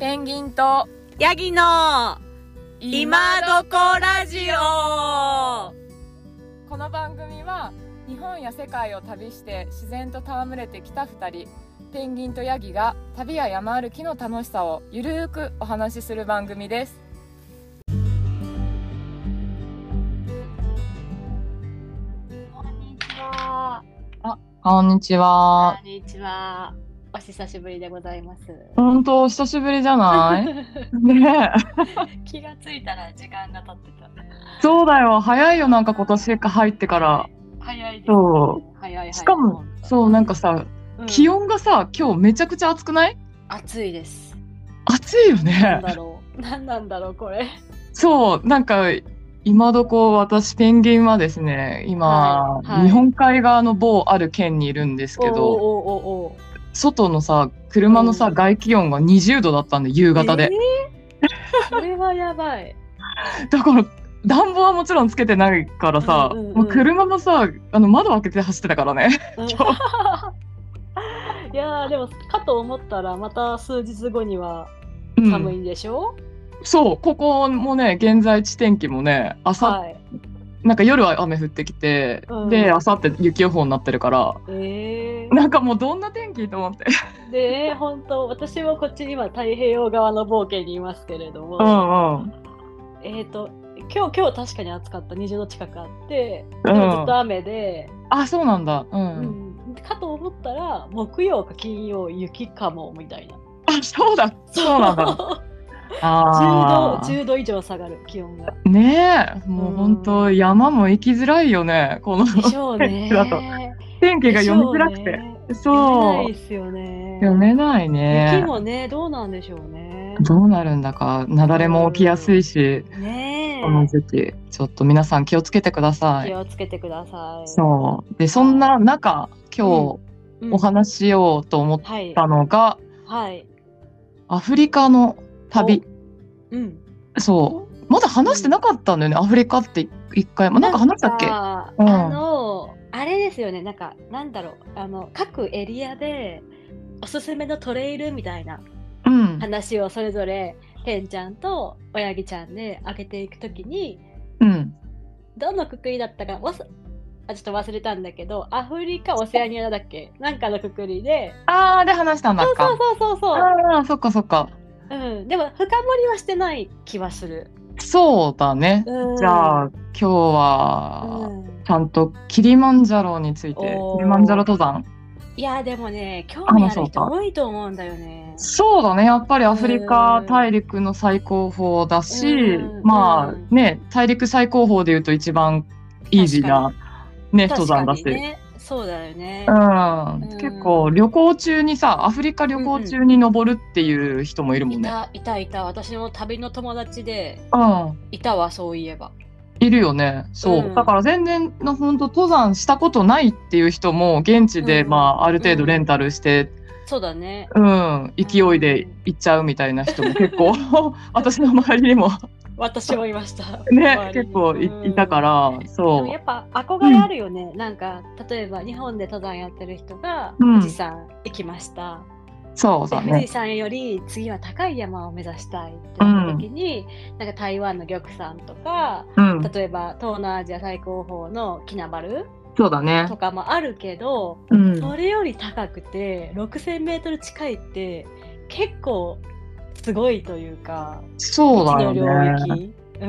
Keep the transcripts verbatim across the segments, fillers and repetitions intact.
ペンギンとヤギの今どこラジオ。この番組は日本や世界を旅して自然と戯れてきたふたり、ペンギンとヤギが旅や山歩きの楽しさをゆるーくお話しする番組です。 こんにちは。 あ、こんにちは。 こんにちは。お久しぶりでございます。 本当久しぶりじゃないねえ。 気がついたら時間が経ってた。 そうだよ、早いよ。なんか今年か入ってから。 早いですね。 そう。 早い早い。 しかもそうなんかさ、うん、気温がさ今日めちゃくちゃ暑くない？ 暑いです。 暑いよね。 なんだろう。なんなんだろうこれ。 そうなんか今どこ私ペンギンはですね今、はいはい、日本海側の某ある県にいるんですけど。おーおーおーおー、外のさ車のさ、うん、外気温がにじゅうどだったんで夕方で、 えー、それはやばい。 だから暖房はもちろんつけてないからさ、うんうんうん、もう車もさあの窓開けて走ってたからね、うん、いやでもかと思ったらまた数日後には寒いんでしょ、 うん、そうここもね現在地天気もね朝、はい、なんか夜は雨降ってきて、うん、で明後日雪予報になってるから、えー、なんかもうどんな天気と思ってで本当私もこっちには太平洋側の冒険にいますけれども、 うんうん、 えっと今日今日確かに暑かった。にじゅうど近くあってでもずっと雨で、 うん、あそうなんだ、うんうん、かと思ったら木曜か金曜雪かもみたいな。 あそうだそうなんだあじゅうど、じゅうど以上下がる気温がねえもう本当、うん、山も行きづらいよねこのでしょうねだと天気が読みづらくて、 そう読めないですよね。 読めないね。 雪もねどうなんでしょうね。 どうなるんだか。雪崩も起きやすいし、 うん、ねこの時期ちょっと皆さん気をつけてください。 気をつけてください。 そうでそんな中今日お話ししようと思ったのが、 はいはい、 アフリカの旅、 うん、 そうまだ話してなかったんだよね、うん、アフリカって一回もなんか話したっけ？ あ、うん、あのあれですよね、なんかなんだろうあの各エリアでおすすめのトレイルみたいな話をそれぞれペンちゃんとおやぎちゃんで上げていくときに、 うん、 どのくくりだったかわすあちょっと忘れたんだけど、アフリカオセアニアだっけなんかのくくりであーで話したんだっか。 そうそうそうそうあーそっかそっか、 うん、でも深掘りはしてない気はする。 そうだね、うん、じゃあ今日は、うん、ちゃんとキリマンジャロについて、キリマンジャロ登山。 いやでもね興味ある人多いと思うんだよね。 そうだねやっぱりアフリカ大陸の最高峰だし、うん、まあね大陸最高峰でいうと一番イージーな、ね、登山だし、 ね、そうだよね、 うんうん、結構旅行中にさアフリカ旅行中に登るっていう人もいるもんね、 うんうん、いたいたいた私の旅の友達で、 うん、 いたわそういえばいるよね。そう、うん、だから全然の本当登山したことないっていう人も現地で、うん、まあある程度レンタルして、うん、 そうだね、 うん、勢いで行っちゃうみたいな人も結構私の周りにも私もいましたね結構 い,、うん、いたからそうでもやっぱ憧れあるよね、うん、なんか例えば日本で登山やってる人が富士山行きました、 うん、そうだね、 富士山より次は高い山を目指したいって言った時に、うん、なんか台湾の玉山とか、うん、例えば東南アジア最高峰のキナバルそうだねとかもあるけど、 うん、 それより高くてろくせんメートル近いって結構すごいというか、 そうだよね、 領域、うん、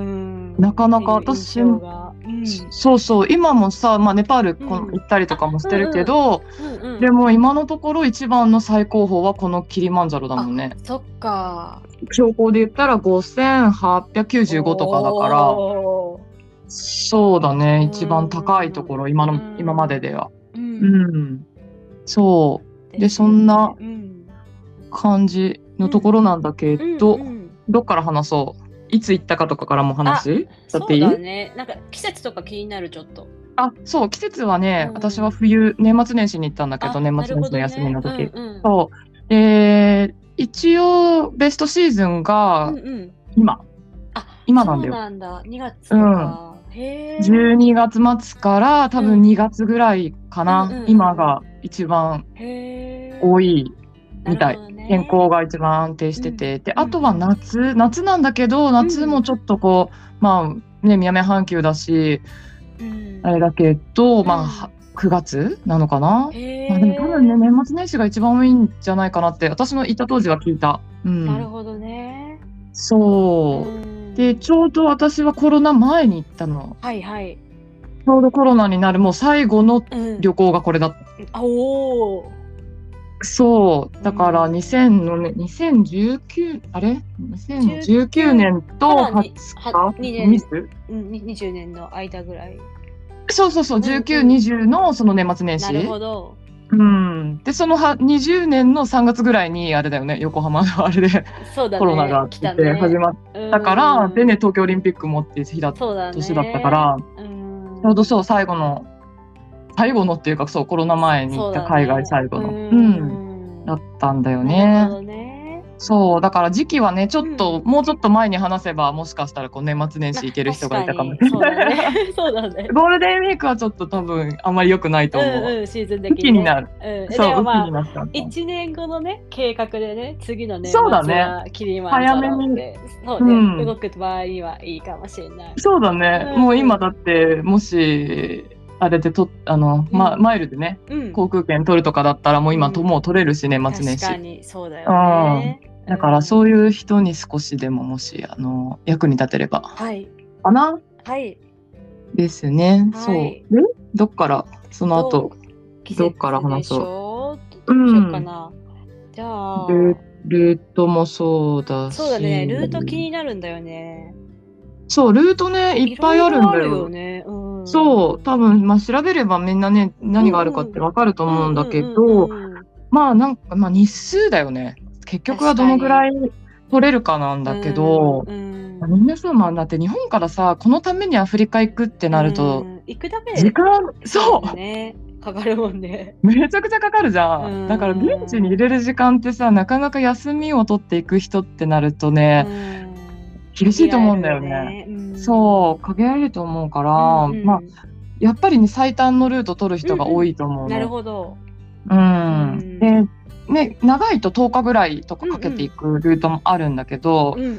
なかなか私、うん、そうそう今もさ、まあ、ネパール行ったりとかもしてるけど、うんうんうん、でも今のところ一番の最高峰はこのキリマンジャロだもんね。 そっか標高で言ったらごせんはっぴゃくきゅうじゅうごとかだからそうだね一番高いところ今の今まででは、うんうん、そうでそんな感じのところなんだけど、うんうんうん、どっから話そう？いつ行ったかとかからも話だっていい？ そうだね。なんか季節とか気になるちょっと。 あ、そう季節はね、うん、私は冬年末年始に行ったんだけど年末年始の休みの時、ねうんうん、そうで一応ベストシーズンが今、うんうん、 あ今なんだよ。 そうなんだにがつとか、うん、へーじゅうにがつ末から多分にがつぐらいかな、うんうんうん、今が一番多いみたい、ね、天候が一番安定してて、うん、であとは夏、うん、夏なんだけど夏もちょっとこう、うん、まあね南半球だし、うん、あれだけど、まあくがつなのかな、まあ、でも多分ね年末年始が一番多いんじゃないかなって私の行った当時は聞いた、 うん、なるほどね。 そう、うん、でちょうど私はコロナ前に行ったの。 はいはい。 ちょうどコロナになるもう最後の旅行がこれだった、 うん、おー、 そうだからにせんの、ね、にせんじゅうきゅうあれにせんじゅうきゅうねんとはつかにじゅう、にじゅうねんの間ぐらい。 そうそうそう、じゅうきゅう、にじゅうのその年末年始。 なるほど。 うん、でそのはにじゅうねんのさんがつぐらいにあれだよね、横浜のあれで、ね、コロナが来て始まったから、でね東京オリンピックもって日だ、年だったから、ちょうどそう最後の最後のっていうかそうコロナ前に行った海外最後の う,、ね、うん、だったんだよね。 なるほどね。 そうだから時期はねちょっと、うん、もうちょっと前に話せばもしかしたらこう年末年始行ける人がいたかもしれない。 そうだね。 ゴールデンウィークはちょっと多分あんまり良くないと思う。 うんうん、シーズン的に、ね、 雨季になる。 うん、 そう、 まあ、 雨季になったいちねんごのね計画でね次の年末はキリマンジャロって、 早めにそうね、うん、動く場合にはいいかもしれない。 そうだね。うん、もう今だってもしあれでとあの、うんま、マイルでね、うん、航空券取るとかだったらもう今と、うん、もう取れるし年末年始。 確かにそうだよね。 うんだからそういう人に少しでももしあの役に立てればかな、 はい、 ですね、はい、そうでどっからその後どっから話そうどうしようかな、うん、じゃあル、ルートもそうだしそうだねルート気になるんだよね。 そうルートねいっぱいあるんだよ。 いろいろあるよね、うん、 そう多分、まあ、調べればみんなね何があるかって分かると思うんだけどまあなんか、まあ、日数だよね。結局はどのぐらい取れるかなんだけど、うんうん、みんなそうなんだって日本からさこのためにアフリカ行くってなると、うん、 行くだけで時間そう、 ね、かかるもんね。 めちゃくちゃかかるじゃん、うん、だから現地に入れる時間ってさなかなか休みを取っていく人ってなるとね、うん、厳しいと思うんだよね、うん、そう限られると思うから、うんうん、まあやっぱりね最短のルート取る人が多いと思う、うんうん、 なるほど、 うん、でね、長いととおかぐらいとかかけていくルートもあるんだけど、うんうん、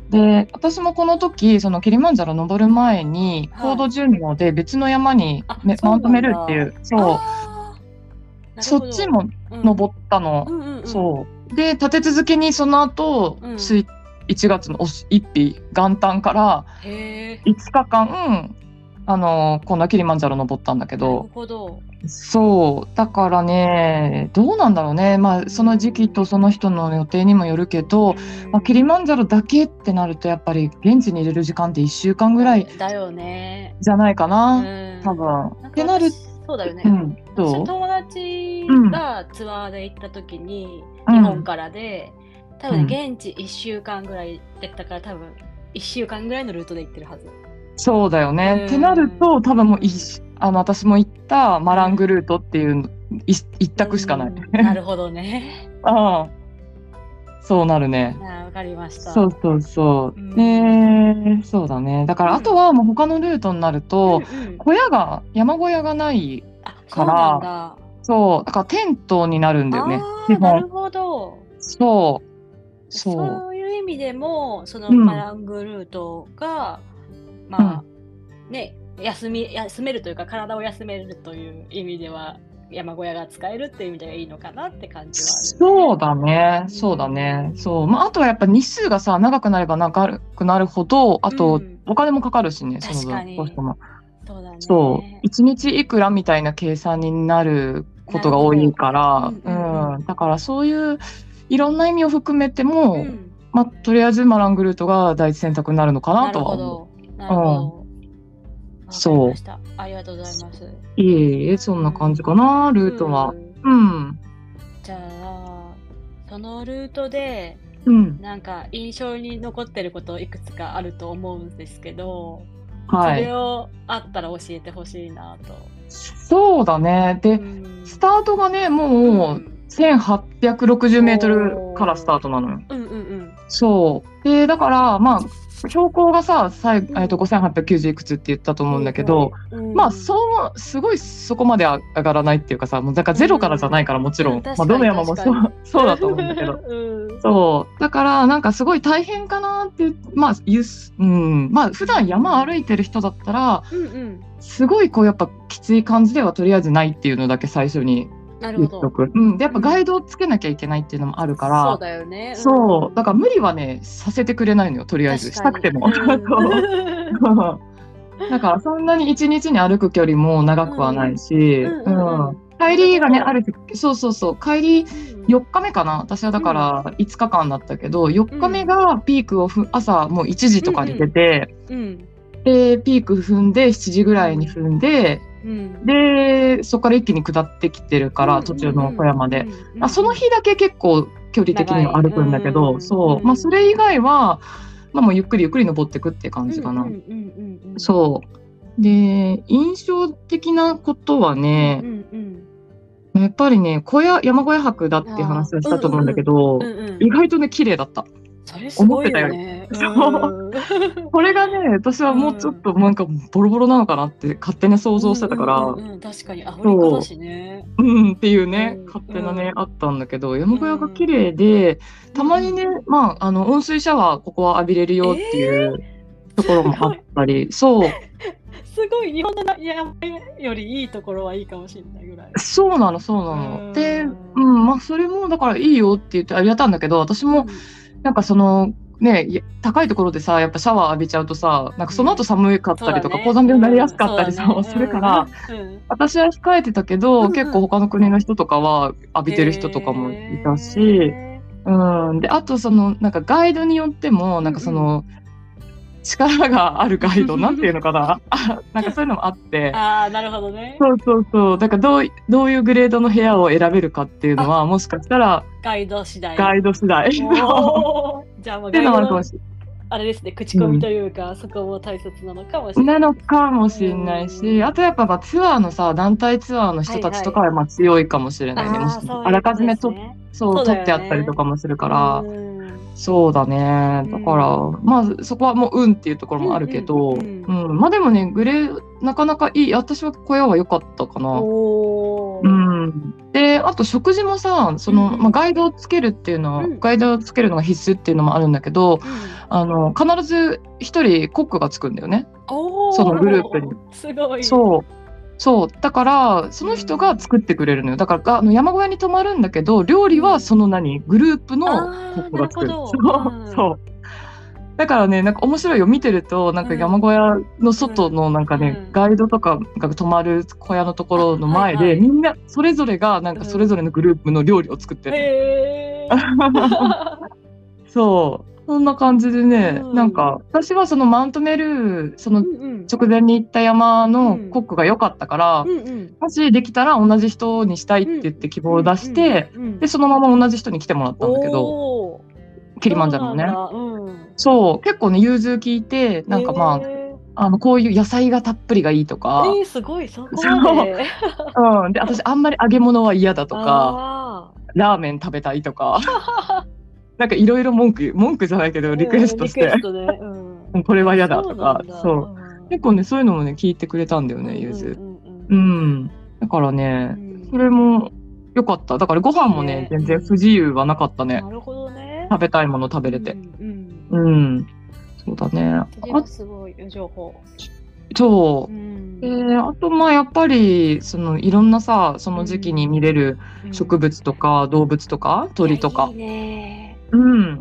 で私もこの時そのキリマンジャロ登る前に、はい、高度順路で別の山にマウントメルっていうそうそっちも登ったの、うんうんうん、そうで立て続けにその後、うん、いちがつのいちにち元旦からいつかかんあのこんなキリマンジャロ登ったんだけど、 なるほどそうだからねどうなんだろうね、まあ、その時期とその人の予定にもよるけど、まあ、キリマンジャロだけってなるとやっぱり現地に入れる時間っていっしゅうかんぐらいだよねじゃないかな、多分ってなるそうだよね、うん、どう友達がツアーで行った時に、うん、日本からで多分、ね、現地いっしゅうかんぐらいだったから多分いっしゅうかんぐらいのルートで行ってるはず。 そうだよね、ってなると多分もういあの私も行ったマラングルートっていう一択しかない。 なるほどね。 ああそうなるね。 わかりました。 そうそうそう。ね、そうだね。だから、あとはもう他のルートになると、うんうん、小屋が山小屋がないから、そうなんだ。そうだからテントになるんだよね。 なるほど。 そうそう。そういう意味でもそのマラングルートが、うん、まあ、うん、ね休み休めるというか体を休めるという意味では山小屋が使えるっていう意味ではいいのかなって感じはある、ね、 そうだねそうだね、うん、そう、まあ、あとはやっぱ日数がさ長くなれば長くなるほどあとお金もかかるしね、うん、 確かにそのそうだねそういちにちいくらみたいな計算になることが多いから、うんうんうん、だからそういういろんな意味を含めても、うんまあ、とりあえずマラングルートが第一選択になるのかなとは思う。 なるほど、うんそうありがとうございます。 いえいえそんな感じかな、うん、ルートは、うん、うん、 じゃあそのルートで、 うん、 なんか印象に残ってることいくつかあると思うんですけど、 はい、 それをあったら教えてほしいなと。 そうだねで、うん、スタートがねもうせんはっぴゃくろくじゅうメートルからスタートなのよ、 うんうんうん、 そう。で、だから、まあ、標高がさ、最えっと、ごせんはっぴゃくきゅうじゅういくつって言ったと思うんだけど、 うんうん、 まあ、そう、すごいそこまで上がらないっていうかさ、もうだからゼロからじゃないから、もちろん。 うん、 まあ、どの山もそう、そうだと思うんだけど。うん、そう。だから、なんかすごい大変かなって、まあ、ゆす、うん。まあ、普段山歩いてる人だったら、うんうん、すごいこう、やっぱきつい感じではとりあえずないっていうのだけ最初に。言っとく。うん。で、やっぱガイドをつけなきゃいけないっていうのもあるから。 うん、そうだよね。うん、 そう。だから無理はね、させてくれないのよ、とりあえず。したくても。うん、だからそんなに一日に歩く距離も長くはないし、うん。うん、帰りがね、ある日、そうそうそう。帰りよっかめかな。私はだからいつかかんだったけど、よっかめがピークをふ朝もういちじとかに出て、うんうん、で、ピーク踏んでしちじぐらいに踏んで、うん、でそこから一気に下ってきてるから、途中の小山で、まあ、その日だけ結構距離的には歩くんだけど、そう、まあ、それ以外は、まあ、もうゆっくりゆっくり登っていくって感じかな。そうで、印象的なことはね、うんうんうん、やっぱりね、小屋山小屋泊だっていう話をしたと思うんだけど、意外とね綺麗だった。 それすごいよね。 そうこれがね、私はもうちょっとなんかボロボロなのかなって勝手に想像してたから、うんうんうん、確かにアフリカだしね。 うんっていうね、勝手なね、うん、あったんだけど、山小屋が綺麗で、たまにね、まああの温水シャワーここは浴びれるよっていうところもあったり、えー、そう。 すごい日本の山よりいいところはいいかもしれないぐらい。 そうなのそうなの。で、うんまあそれもだからいいよって言ってありがたんだけど、私も、うん、なんかそのね、高いところでさ、やっぱシャワー浴びちゃうとさ、なんかその後寒かったりとか、高山病になりやすかったりさ、するから、私は控えてたけど、結構他の国の人とかは浴びてる人とかもいたし、うん、で、あとその、なんかガイドによっても、なんかその、力があるガイド、なんていうのかななんかそういうのもあって。 ああ、なるほどね。 そうそうそう。だからどう、どういうグレードの部屋を選べるかっていうのは、もしかしたら、 ガイド次第。 ガイド次第。 じゃあもうガイドの、あれですね、口コミというか、うん、そこも大切なのかもしれない。 なのかもしれないし、あとやっぱツアーのさ、団体ツアーの人たちとかはまあ強いかもしれないね。はいはい、もしあらかじめと、そう、取ってあったりとかもするから。そうだね。だから、うん、まあそこはもう運っていうところもあるけど、うん、うんうん、まあでもね、グレーなかなかいい。私は小屋は良かったかな。おうん。で、あと食事もさ、その、うんまあ、ガイドをつけるっていうのは、うん、ガイドをつけるのが必須っていうのもあるんだけど、うん、あの必ず一人コックがつくんだよね。そのグループに。 すごい。 そう。そうだからその人が作ってくれるのよ。だからあの山小屋に泊まるんだけど、料理はその何グループのコックが作る。そう、そう。だからね、なんか面白いよ、見てるとなんか山小屋の外のなんかね、うん、ガイドとかが泊まる小屋のところの前で、はいはい、みんなそれぞれがなんかそれぞれのグループの料理を作ってる。へーそう。そんな感じでね、うん、なんか私はそのマウントメルーその直前に行った山のコックが良かったから、うんうん、もしできたら同じ人にしたいって言って希望を出して、うんうんうん、でそのまま同じ人に来てもらったんだけど、キリマンジャロのね、うん、そう結構ね融通聞いて、なんかまああのこういう野菜がたっぷりがいいとか、 えー、すごいそこまでそう、うん、で私あんまり揚げ物は嫌だとか、ラーメン食べたいとか。なんかいろいろ文句、文句じゃないけど、リクエストして、うんねうん、これは嫌だとか、そう、そう、うん、結構ね、そういうのもね、聞いてくれたんだよね、ゆず。うん。だからね、うん、それも良かった。だからご飯もね、全然不自由はなかったね。 なるほどね。 食べたいもの食べれて。うん。うんうん、そうだね。 あ、すごい情報。 そう。うん、で、あとまあやっぱりそのいろんなさ、その時期に見れる植物とか動物とか鳥とか。 いいね。 うん、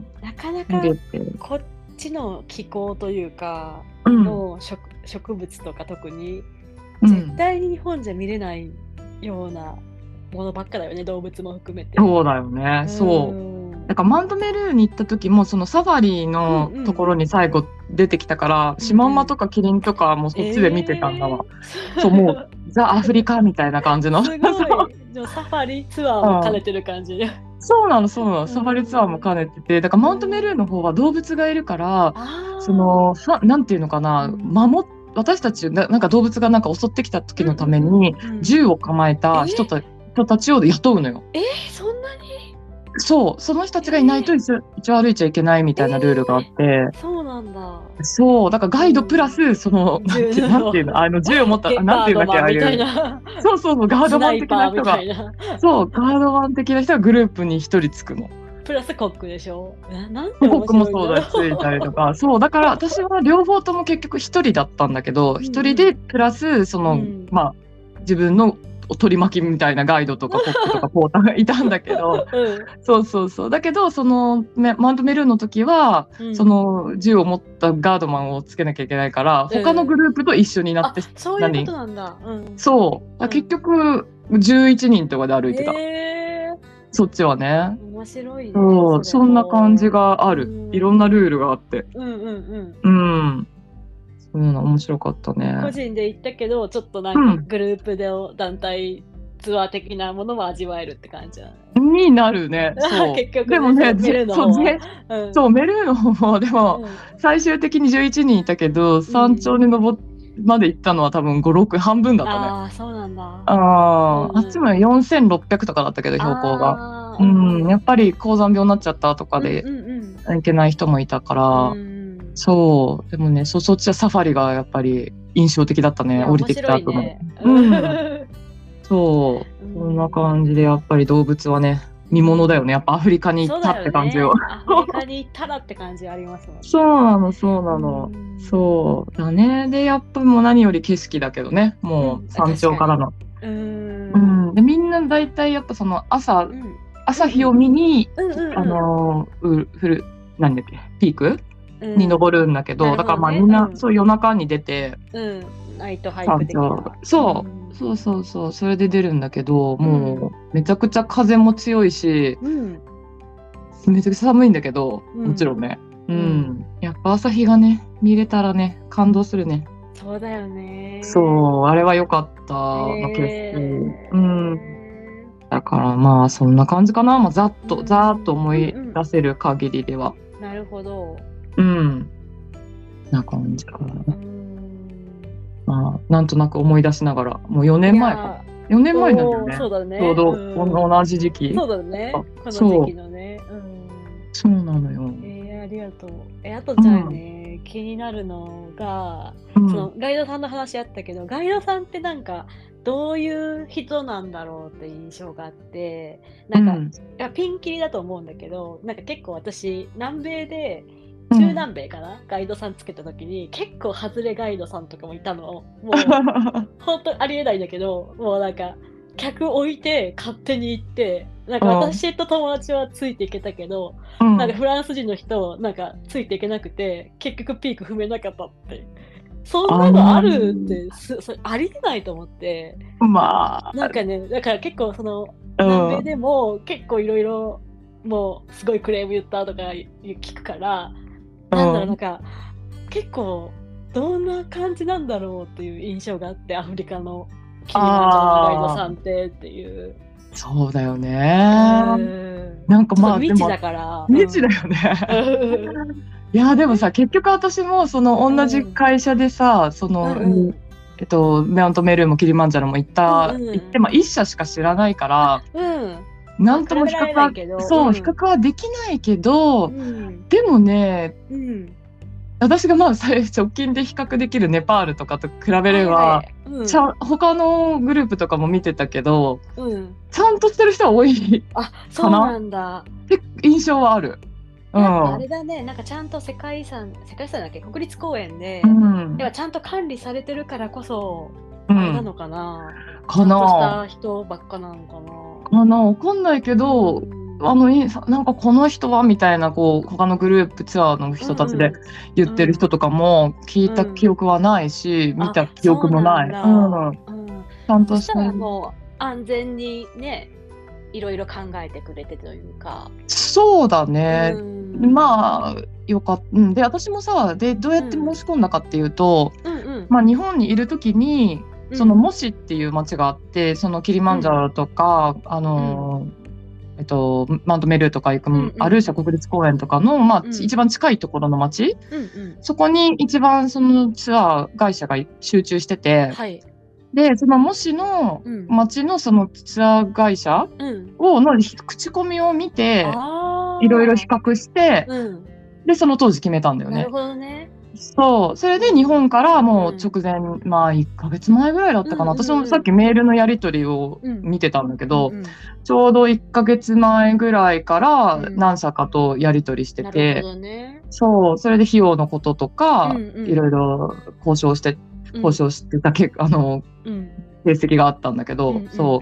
なかなかこっちの気候というか、うん、の 植, 植物とか特に絶対に日本じゃ見れないようなものばっかだよね、動物も含めて。 そうだよね、うん、そうだからマウントメルーに行った時もそのサファリのところに最後出てきたから、うんうん、シマウマとかキリンとかもそっちで見てたんだわ、えー、そうもうザ・アフリカみたいな感じのすごいじゃあサファリツアーも兼ねてる感じで、うん、 そうなのそうなの、サファリツアーも兼ねてて、だからマウントメルーの方は動物がいるから、うん、そのなんていうのかな、守っ私たちな、なんか動物がなんか襲ってきた時のために銃を構えた人た,、人たちを雇うのよ。 えー、そんなにそう、その人たちがいないと一応、一応歩いちゃいけないみたいなルールがあって、 そうなんだ。 そう、だからガイドプラス、その、なんていう、なんていうの、あの、銃を持った、なんていうんだっけ、ああいう。そうそうそう、ガードマン的な人が、そう、ガードマン的な人がグループに一人つくの。 プラスコックでしょ。なんてコックもそうだし、ついたりとか。そう、だから私は両方とも結局一人だったんだけど、一人でプラス、その、まあ、自分の取り巻きみたいなガイドとかコックとかポーターがいたんだけど、うん、そうそうそう。だけど、その、マウントメルーの時は、うん、その銃を持ったガードマンをつけなきゃいけないから、他のグループと一緒になって、うん、 そういうことなんだ。うん、 そう。結局、じゅういちにんとかで歩いてた。そっちはね。 面白いね。 そう、そんな感じがある。いろんなルールがあって。 うんうんうん。 うん。そういうの面白かったね。 個人で行ったけど、ちょっとなんかグループで団体ツアー的なものも味わえるって感じだね。 になるね。そう。 結局、 でもね、 メルーの方は。 そう、メルーの方も、でも、最終的にじゅういちにんいたけど、山頂に登って、まで行ったのは多分ご、ろく、半分だったね。 ああ、そうなんだ。 ああ、あっちもよんせんろっぴゃくとかだったけど、標高が。うん、やっぱり高山病になっちゃったとかで、行けない人もいたから、そう、でもね、そ、そっちはサファリがやっぱり印象的だったね、降りてきた後の。うん。そう、こんな感じでやっぱり動物はね、見物だよね。やっぱアフリカに行ったって感じよ。 アフリカに行ったらって感じありますもんね。 そうなの、そうなの。そうだね。で、やっぱもう何より景色だけどね。もう山頂からの。うん。で、みんな大体やっぱその朝、朝日を見に、あの、う、ふる、何だっけ、ピークに登るんだけど、だからまあみんな、そう夜中に出て、 ナイトハイク的な。 そう。そうそうそう、それで出るんだけど、もうめちゃくちゃ風も強いし、うん、めちゃくちゃ寒いんだけど、もちろんね、うん、うん、やっぱ朝日がね見れたらね感動するね。 そうだよね。 そう、あれは良かったの景色。うん。だからまあそんな感じかな、まあ、ざっと、うん、ざっと思い出せる限りでは。 うんうん、なるほど。 うん。な感じかな。まあ、なんとなく思い出しながら、もうよねんまえか。よねんまえなんだよね。 そうだね。 ちょうど、うん、同じ時期。 そうだね。この時期のね。 うん、そうなのよ。 えー、ありがとう。え、あとじゃあね、うん、気になるのが、うん、そのガイドさんの話あったけど、ガイドさんってなんか、どういう人なんだろうって印象があって、なんか、うん、いやピンキリだと思うんだけど、なんか結構私、南米で、中南米かな、うん、ガイドさんつけた時に結構外れガイドさんとかもいたの。もう本当ありえないんだけど、もうなんか客置いて勝手に行って、なんか私と友達はついていけたけど、うん、なんかフランス人の人なんかついていけなくて結局ピーク踏めなかったって。そんなのあるってすそれありえないと思って。 まあなんかね、だから結構その南米でも結構いろいろもうすごいクレーム言ったとか聞くから。なんだろう、なんか結構どんな感じなんだろうっていう印象があって、アフリカのキリマンジャロのガイドさんってっていう。 そうだよね。なんかまあ未知だから未知だよね。いやでもさ、結局私もその同じ会社でさ、その、えっとマウントメルーもキリマンジャロも行った行ってまあ一社しか知らないから。なんとも比較は、そう、比較はできないけど、でもね、私がまあ直近で比較できるネパールとかと比べれば、ちゃ他のグループとかも見てたけど、ちゃんとしてる人は多いあ、そうなんだって印象はある。 あれだね、なんかちゃんと世界遺産、世界遺産だっけ、国立公園で、うん、ではちゃんと管理されてるからこそ、あれなのかな、うん、かな、ちゃんとした人ばっかなのかな。 かな、わかんないけど、うん、あのなんかこの人はみたいなこう他のグループツアーの人たちで言ってる人とかも聞いた記憶はないし、うん、見た記憶もない。ちゃんとしたらもう安全にね。いろいろ考えてくれてというか。 そうだね。まあよかった。で私もさでどうやって申し込んだかっていうと、うんうん、まあ日本にいる時にそのモシっていう町があって、そのキリマンジャロとか、うん、あの、うん、えっとマウントメルーとか行く、うんうん、アルーシャ国立公園とかのまあ、うん、一番近いところの町、うんうん、そこに一番そのツアー会社が集中してて。はい、 で、その模試の町のそのツアー会社をの口コミを見て、いろいろ比較して、うん、で、その当時決めたんだよね。なるほどね。 そう。それで日本からもう直前、うん、まあいっかげつまえぐらいだったかな。うんうんうん、私もさっきメールのやり取りを見てたんだけど、うんうんうん、ちょうどいっかげつまえぐらいから何社かとやり取りしてて、うん、なるほどね。そう。それで費用のこととか、うんうん、いろいろ交渉して、交渉してたけ、うん、あの、うん、成績があったんだけど、うんうん、そう。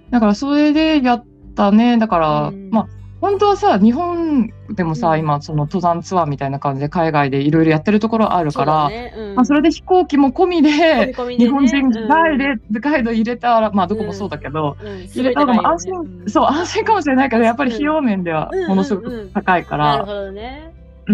だからそれでやったね。だから、うん、まあ、本当はさ、日本でもさ、うん、今、その登山ツアーみたいな感じで海外でいろいろやってるところあるから、そ、ね、うん、まあ、それで飛行機も込みで、込み込みでね、日本人ガイド、うん、ガイド入れたら、まあどこもそうだけど、うんうん、入れた方が安心、ね、そう、安心かもしれないけど、やっぱり費用面ではものすごく高いから。 なるほどね。 うん、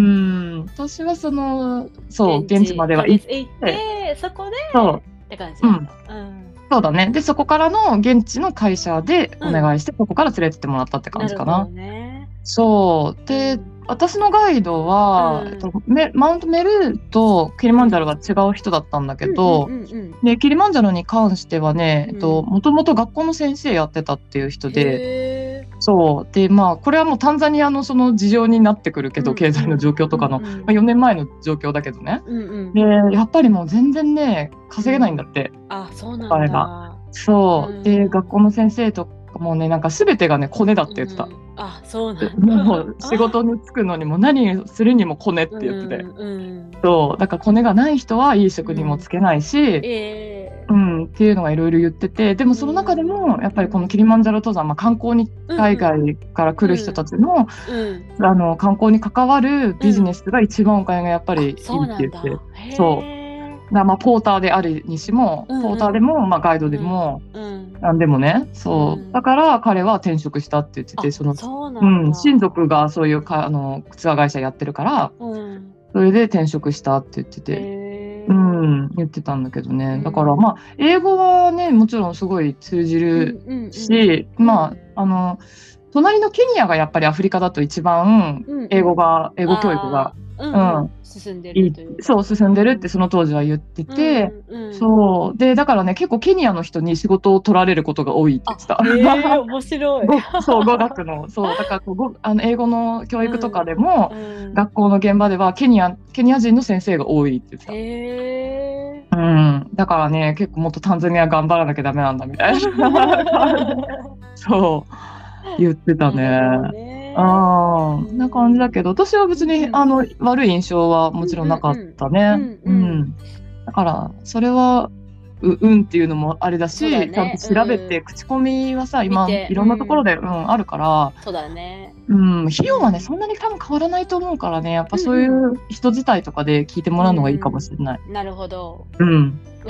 私はその、そう、現地までは行って、 そこで、 そうって感じだった。うん、うんそうだね。で、そこからの現地の会社でお願いして、うん、そこから連れてってもらったって感じかな。なるほどね。そう。で、うん、私のガイドは、うんえっと、マウントメルーとキリマンジャロが違う人だったんだけど、うんうんうんうん、で、キリマンジャロに関してはね、えっと、もともと学校の先生やってたっていう人で、そう。で、まあ、これはもうタンザニアのその事情になってくるけど、うんうん、経済の状況とかの、うんうんまあ、よねんまえの状況だけどね。うんうん、で、やっぱりもう全然ね、稼げないんだって。うん、 あ、そうなんだ。 そう。うん、で、学校の先生とかもね、なんか全てがね、コネだって言ってた。うん、 あ、そうなんだ。 もう仕事に就くのにも何するにもコネって言ってて。うんうん、そう。だからコネがない人はいい職にもつけないし、うんえーうん、っていうのがいろいろ言ってて、でもその中でも、やっぱりこのキリマンジャロ登山、まあ、観光に、海外から来る人たちの、うんうん、あの、観光に関わるビジネスが一番お金がやっぱりいいって言って。うん、そう。だまあポーターであるにしも、うんうん、ポーターでも、まあ、ガイドでも、うん、なんでもね、そう、うん、だから彼は転職したって言ってて、そのそううん、親族がそういうかあのツアー会社やってるから、うん、それで転職したって言ってて、うん、言ってたんだけどね、だからまあ英語はねもちろんすごい通じるし、うんうんうん、まああの隣のケニアがやっぱりアフリカだと一番英語が、うん、英語教育がうんうんうん、進んでるというか。 そう進んでるってその当時は言ってて、うんうん、そうでだからね結構ケニアの人に仕事を取られることが多いって言ってた。 えー、面白い。 そう語学のそうだからこうあの英語の教育とかでも、うんうん、学校の現場ではケニアケニア人の先生が多いって言ってた。えー、うんだからね結構もっとタンザニア頑張らなきゃダメなんだみたいなそう言ってたね。ああ、な感じだけど、私は別に、うん、あの悪い印象はもちろんなかったね。うん。だから、それは、う、うんっていうのもあれだし、ね、ちゃんと調べて、うん、口コミはさ、今、いろんなところで、うん、うん、あるから、 そうだね。 うん、費用はね、そんなに多分変わらないと思うからね、やっぱそういう人自体とかで聞いてもらうのがいいかもしれない。 うん、なるほど。 うん。うん。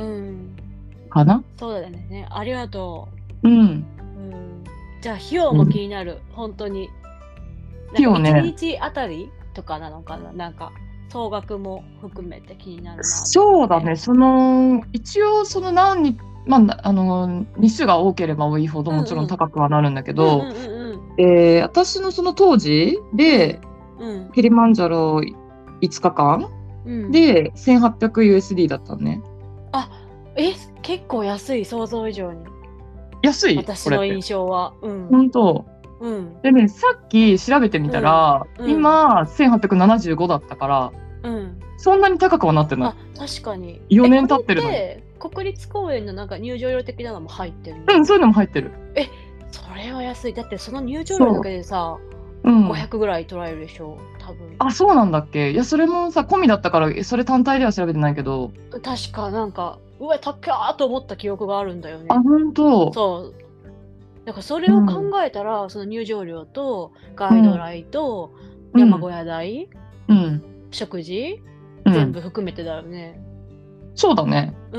かな？ そうだね。ありがとう。うん。うん、 じゃあ、費用も気になる、うん、本当に。いちにちあたりとかなのかな、なんか総額も含めて気になるな。 そうだね、その一応その何日、まあ、あの日数が多ければ多いほどもちろん高くはなるんだけど、私のその当時で、うんうん、キリマンジャロいつかかん、うん、で せんはっぴゃくユーエスディー だったのね。 あ、え、結構安い、想像以上に。 安い？ 私の印象は。うん、 本当。うん、でね、さっき調べてみたら、うんうん、今せんはっぴゃくななじゅうごだったから、うん、そんなに高くはなってない。 あ、確かに。 よねん経ってるのに。 国立公園のなんか入場料的なのも入ってるの？ うん、そういうのも入ってる。 え、それは安い。だってその入場料だけでさ、うん、ごひゃくぐらい取られるでしょ、多分。 あ、そうなんだっけ？いや、それもさ、込みだったから、それ単体では調べてないけど。 確かなんか、うわ、高ーと思った記憶があるんだよね。 あ、本当？ そう。だからそれを考えたら、うん、その入場料とガイド代と山小屋代、うん、食事、うん、全部含めてだよね。 そうだね。うん。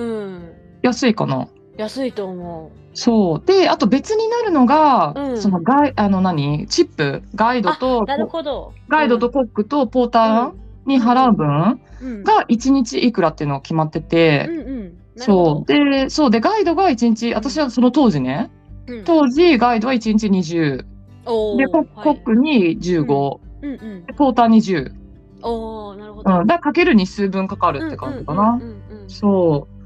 安いかな。 安いと思う。 そうで、あと別になるのが、うん、そのガイあの何チップガイドとなるほど、 ガイドとコックとポーターに払う分がいちにちいくらっていうのが決まってて、うんうん、そうでそうでガイドがいちにち、私はその当時ね。うん、当時ガイドはいちにちにじゅうで コ, コックにじゅうご、うんうんうん、でポーターにじゅう。 おー、なるほど。 うん、だからかける日数分かかるって感じかな。そう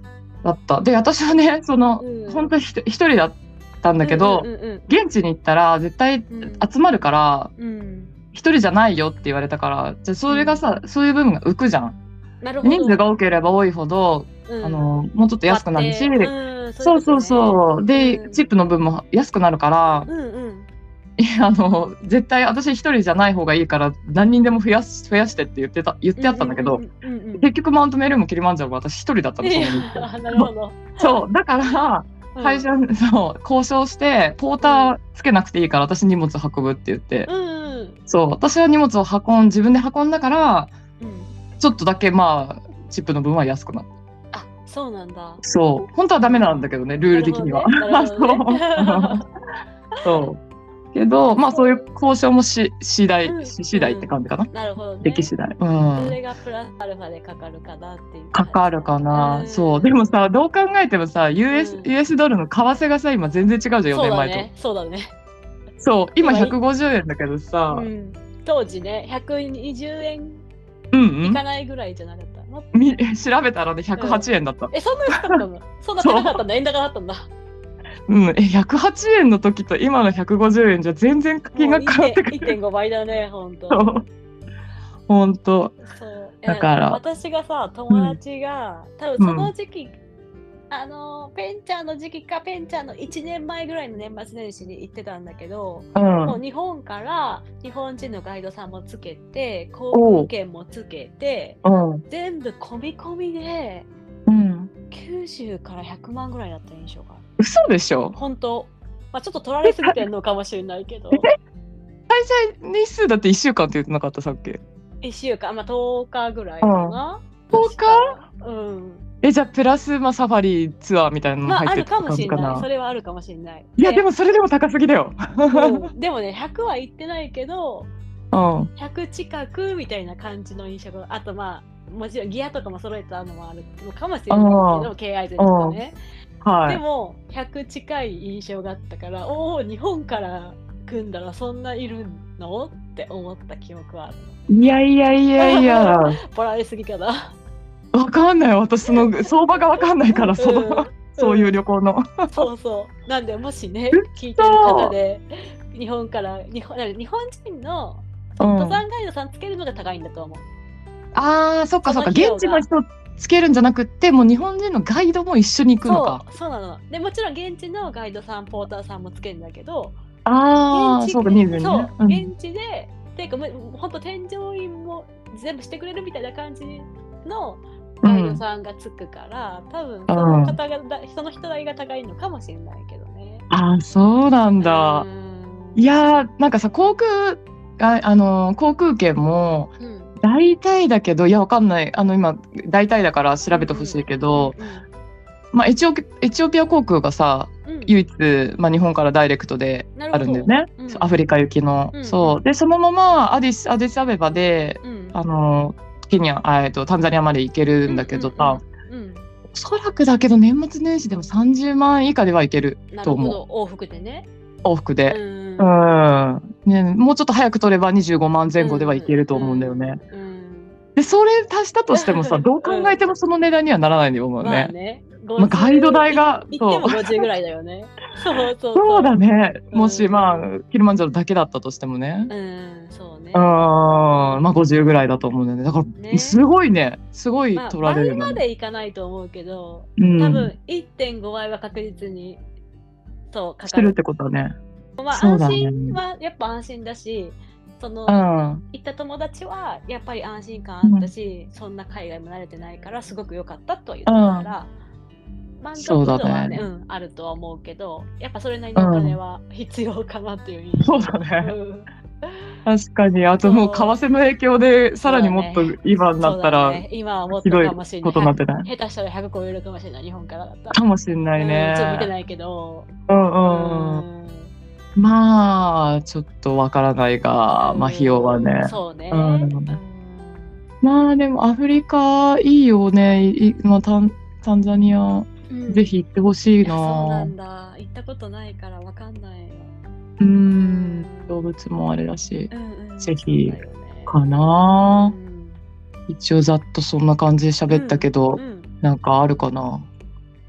だった。で、私はね、その、 うん本当に一人だったんだけど、 うんうんうんうん現地に行ったら絶対集まるから、 うん一人じゃないよって言われたから、じゃあそれがさ、そういう部分が浮くじゃん。 なるほど。 人数が多ければ多いほど、 うんあの、もうちょっと安くなるし、 割ってうんそうそうそう。で、 うんチップの分も安くなるから、 うんうんいやあの、絶対私一人じゃない方がいいから、何人でも増やし、増やしてって言ってた、言ってあったんだけど、 うんうんうんうん結局マウントメルーもキリマンジャロも私一人だったの、その日。 あなるほど。 そう、だから、 うん会社、そう、交渉して、ポーターつけなくていいから私荷物運ぶって言って、 うんうんそう、私は荷物を運ん、自分で運んだから、 うんちょっとだけまあ、チップの分は安くなった。 あそうなんだ。 そう、本当はダメなんだけどね、ルール的には。 なるほどねなるほどねそう。そう。けど、まあそういう交渉もし次第、 うんし次第って感じかな。 なるほどね。 出来次第。うそん。 れがプラスアルファでかかるかなっていう。 かかるかな。 うんそう。でもさ、どう考えてもさ、ユーエス、 うんユーエス ドルの為替がさ、今全然違うじゃん、4 そうだ年前と。 ね。そうだね。 そう、今今ひゃくごじゅうえんだけどさ、 うん当時ね、ひゃくにじゅうえんうんうんいかないぐらいじゃなかったの。 み調べたらね、ひゃくはちえんだった。 え、そんな安かったのそんな高かったんだ。円高だったんだ。 うん、え、ひゃくはちえんの時と今のひゃくごじゅうえんじゃ全然金額変わってくる。 いってんごばいだね、ほんと。 そうほんと。 そうだから私がさ、友達が、多分その時期、あのペンちゃんの時期かペンちゃんのいちねんまえぐらいの年末年始に行ってたんだけど、 うん。 もう日本から日本人のガイドさんもつけて航空券もつけてうん。 全部込み込みでうん。 きゅうじゅうからひゃくまんぐらいだった印象が嘘でしょ。 本当、まあ、ちょっと取られすぎてんのかもしれないけど滞在日数だっていっしゅうかんって言ってなかったさっき。 いっしゅうかん、まあ、とおかぐらいかな、 とおか？ うんえ、じゃあプラス、まあ、サファリツアーみたいなのまあある入ってたかもしれ感じかな。 ない、それはあるかもしれない。 いやでもそれでも高すぎだよ。 うんでもねひゃくは行ってないけどうん。 ひゃく近くみたいな感じの印象があとまあもちろんギアとかも揃えたのもあるのかもしれないけど ケーアイゼンとかね、 はい。 でもひゃく近い印象があったからおお日本から組んだらそんないるのって思った記憶はある。 いやいやいやいや。 ボラれすぎかな。 わかんない。私その相場がわかんないから、その、 うんそういう旅行の。 そうそうなんでもしね聞いてる方で日本から日本日本人のうん登山ガイドさんつけるのが高いんだと思う。 ああ、そっかそっか。 その費用が現地の人つけるんじゃなくって、もう日本人のガイドも一緒に行くのか。 そうそうなの。でもちろん現地のガイドさんポーターさんもつけるんだけどああ、 現地そうか、人数にそうね。うん現地でていうかほんと添乗員も全部してくれるみたいな感じのガイドさんがつくから、多分その方が、その人代が高いのかもしれないけどね。 ああ、そうなんだ。いやー、なんかさ、航空、あ、あのー航空券も、 うん大体だけど、いや、わかんない。あの、今、大体だから調べてほしいけど、まあ、エチオピ、エチオピア航空がさ、 うん唯一、まあ、日本からダイレクトでなるほどあるんだよね。 うんアフリカ行きの。 うんそう。で、そのままアディス、アディスアベバで、 うんあのーケニア、あえっと、タンザニアまで行けるんだけどさ、 うんうんおそらくだけど年末年始でもさんじゅうまん以下では行けるなと思う。 るほど往復でね。 往復で。 うんうん。ね、もうちょっと早く取ればにじゅうごまんぜん後では行けると思うんだよね。 うんで、それ足したとしてもさ、どう考えてもその値段にはならないんだよ、もうまあね。 ねまあガイド代がい行ってもごじゅうぐらいだよね。そうそうそう。 そうだね。もし、 うんまあ、キリマンジャロだけだったとしてもね。 うん、そうね。 うん、まあごじゅうぐらいだと思うんだよね。だから、 ねすごいね。すごいまあ、 取られる倍な。 までいかないと思うけど、 うん多分 いってんご 倍は確実にそうかかる。 してるってことはね。 まあ、安そうだね心はやっぱ安心だし、その、 うん。 行った友達はやっぱり安心感あったし、そんな海外も慣れてないからすごく良かったとは言ってたから、満足度はね、 そうだねうん、あるとは思うけど、やっぱそれなりのお金は必要かなっていう印象。 そうだね。 うん確かに。あともう為替の影響で、さらにもっと今になったそうだら、 ね今はもっとひどいかもしれない。 ことになってない下手したらひゃく超えるかもしれない、日本からだったら。 かもしんないね。 うんちょっと見てないけど。 うんうんうん。まあ、ちょっとわからないが、まあ、費用はね。 そうね。 うんうんまあ、でも、アフリカ、いいよね。いまあ、タン、タンザニア、 うんぜひ行ってほしいいやそうなな。 んだ。行ったことないからわかんないよ。 うん。動物もあれだし、 うんうんぜひそうだよねかな。 うん一応、ざっとそんな感じで喋ったけど、 うんなんかあるかな。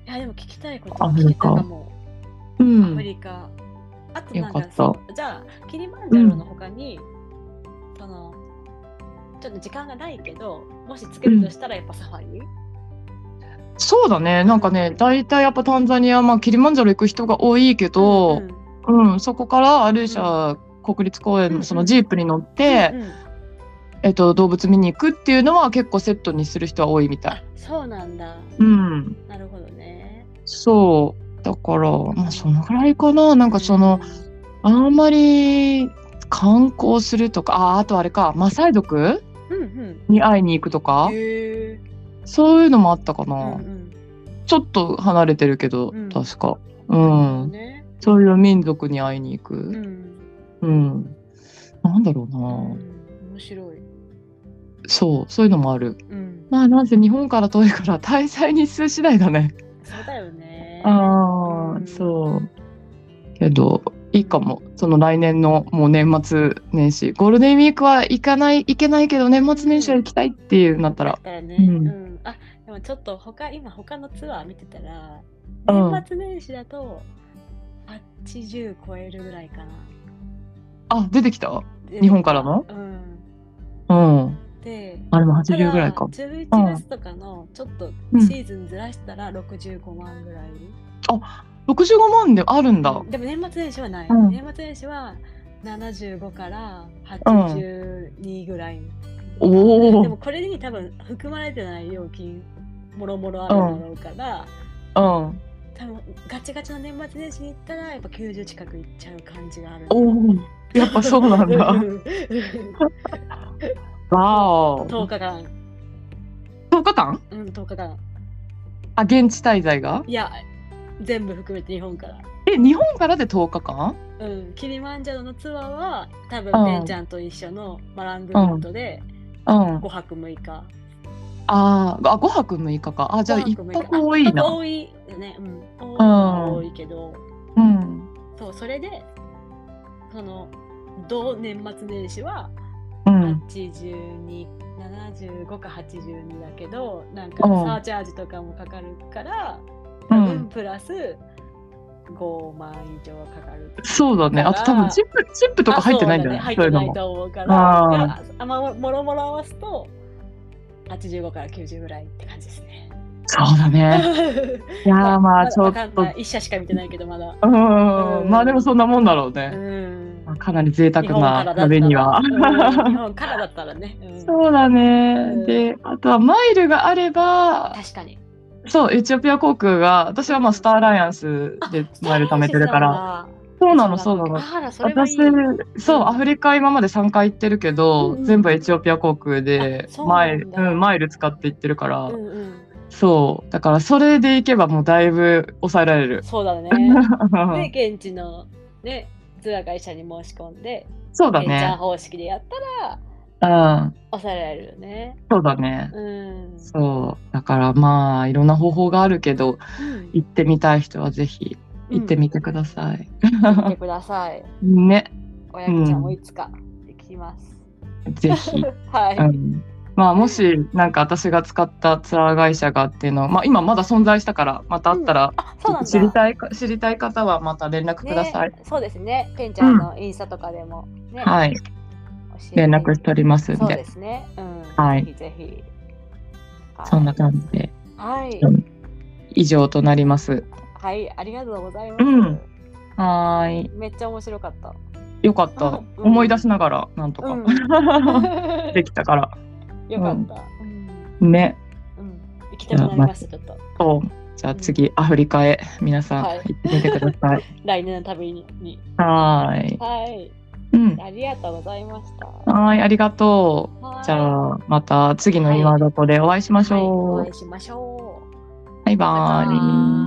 いやでも聞きたいことアフリカ。 聞けたかも。 うアフん。 リカ。あとなんかよかった。 そうじゃあキリマンジャロの他に、そのちょっと時間がないけど、もしつけるとしたらやっぱサファリ？ そうだね。なんかね、大体やっぱタンザニア、まあ、キリマンジャロ行く人が多いけうんど、 うんうん、そこからアルーシャ国立公園うんのそのジープに乗って、 うんうんえっと、動物見に行くっていうのは結構セットにする人は多いみたあい。 そうなんだ。 うん。 なるほどね。 そう。だから、まあ、そのぐらいかな。なんかその、あんまり観光するとか、あ、あとあれか、マサイ族うんうんに会いに行くとか、 へえそういうのもあったかな。 うんうんちょっと離れてるけど、 うん確か。うなるほどん。 ね。 そういう民族に会いに行うく。 んうん。なんだろううな。 ん面白い。 そう、そういうのもある。 うんまあ、なんせ日本から遠いから滞在日数次第だね。 そうだよね。 ああ、 うんそう。けど、いいかも。その来年のもう年末年始。ゴールデンウィークは行かない、行けないけど、年末年始は行きたいっていうなったら。 だったらね、 ううんん、あでもちょっと他今他のツアー見てたら、年末年始だとはちじゅう超えるぐらいかな。 あ、出てきた？ で日本からの？ うん。 うん。 で、 あ、でもはちじゅうぐらいか。 ただじゅういちがつとかのちょっとうんシーズンずらしたらろくじゅうごまんぐらい。 ろくじゅうごまんであるんだ。 うんでも年末年始はない。 うん年末年始はななじゅうごからはちじゅうにぐらい。 おお。 でもこれに多分含まれてない料金もろもろあるだろうから、 うん。 多分ガチガチの年末年始に行ったらやっぱきゅうじゅう近くいっちゃう感じがある。 おお。やっぱそうなんだ。わお。 とおかかん。 とおかかん？ うん、とおかかん。 あ、現地滞在が？ いや、全部含めて日本から。 え、日本からでとおかかん？ うん、キリマンジャロのツアーは多分うんペンちゃんと一緒のマラングルートでうん。 ごはくむいか。 あーあ、ごはくむいかか。あ、じゃあ一泊多いな。 多いよね。うん。多いは多いけど、 うん。 そう、それで、その、同年末年始はうん。 はちじゅうに、ななじゅうごかはちじゅうにだけど、なんかうんサーチャージとかもかかるから、 うん多分プラスごまん以上かかる。 そうだね。あと多分チップ、チップとか入ってないんじゃない？ あそうだね、入ってないそういうのも。 と思うから、 あーいやあまあもろもろ合わすとはちじゅうごからきゅうじゅうぐらいって感じですね。 そうだね。いやーまあちょっと。 一社しか見てないけどまだ。 うん。 うんまあでもそんなもんだろううね。 ん。 まあかなり贅沢日本からだったらな旅には。 うん日本からだったらね。うんそうだね。 うんで、あとはマイルがあれば、 確かに。 そう、エチオピア航空が、私はまあスターアライアンスでマイル貯めてるから。 ら。 そうなの、そうなの。 あら、それはいい。 私、そう、アフリカ今までさんかい行ってるけど、 うんうん全部エチオピア航空であそうなんだマイル、うん、マイル使って行ってるから、 うんうん。 そう、だからそれで行けばもうだいぶ抑えられる。 そうだね。で、現地のね、ツアー会社に申し込んで、 そうだケンちゃんね。 方式でやったら、 うん、 抑えられるよね。 そうだね。 うん。 そう、だからまあ、いろんな方法があるけど、 うん行ってみたい人はぜひ行ってみてください。 行ってください。 ね、 おやきちゃんもいつか行きます。 ぜひ。 はい。 うんまあ、もしなんか私が使ったツアー会社がっていうのを、まあ、今まだ存在したからまたあったら、 あ、そうなんだ。 知りたいか知りたい方はまた連絡ください。 ね、そうですね。ペンちゃんのインスタとかでもね。 はい、 教えて連絡しておりますんそうで。 ですね。うん。 はいぜひぜひ。はいそんな感じではい。 うん以上となります。 はい、ありがとうございます。 うんはーい、 めっちゃ面白かった。 よかった。 うん思い出しながらなんとか、 うんできたからよかった。うん。 ね。 うん行きたくなりました、ちょっと。 そうじゃあ次、アフリカへ皆さんはい行ってみてください。 来年の旅に。にはーい、 はい。 うん、 ありがとうございました。 はーいありがとう。 はいじゃあまた次の今どこでお会いしましはい、 ょう。 お会いしましょう。 バイバーイ。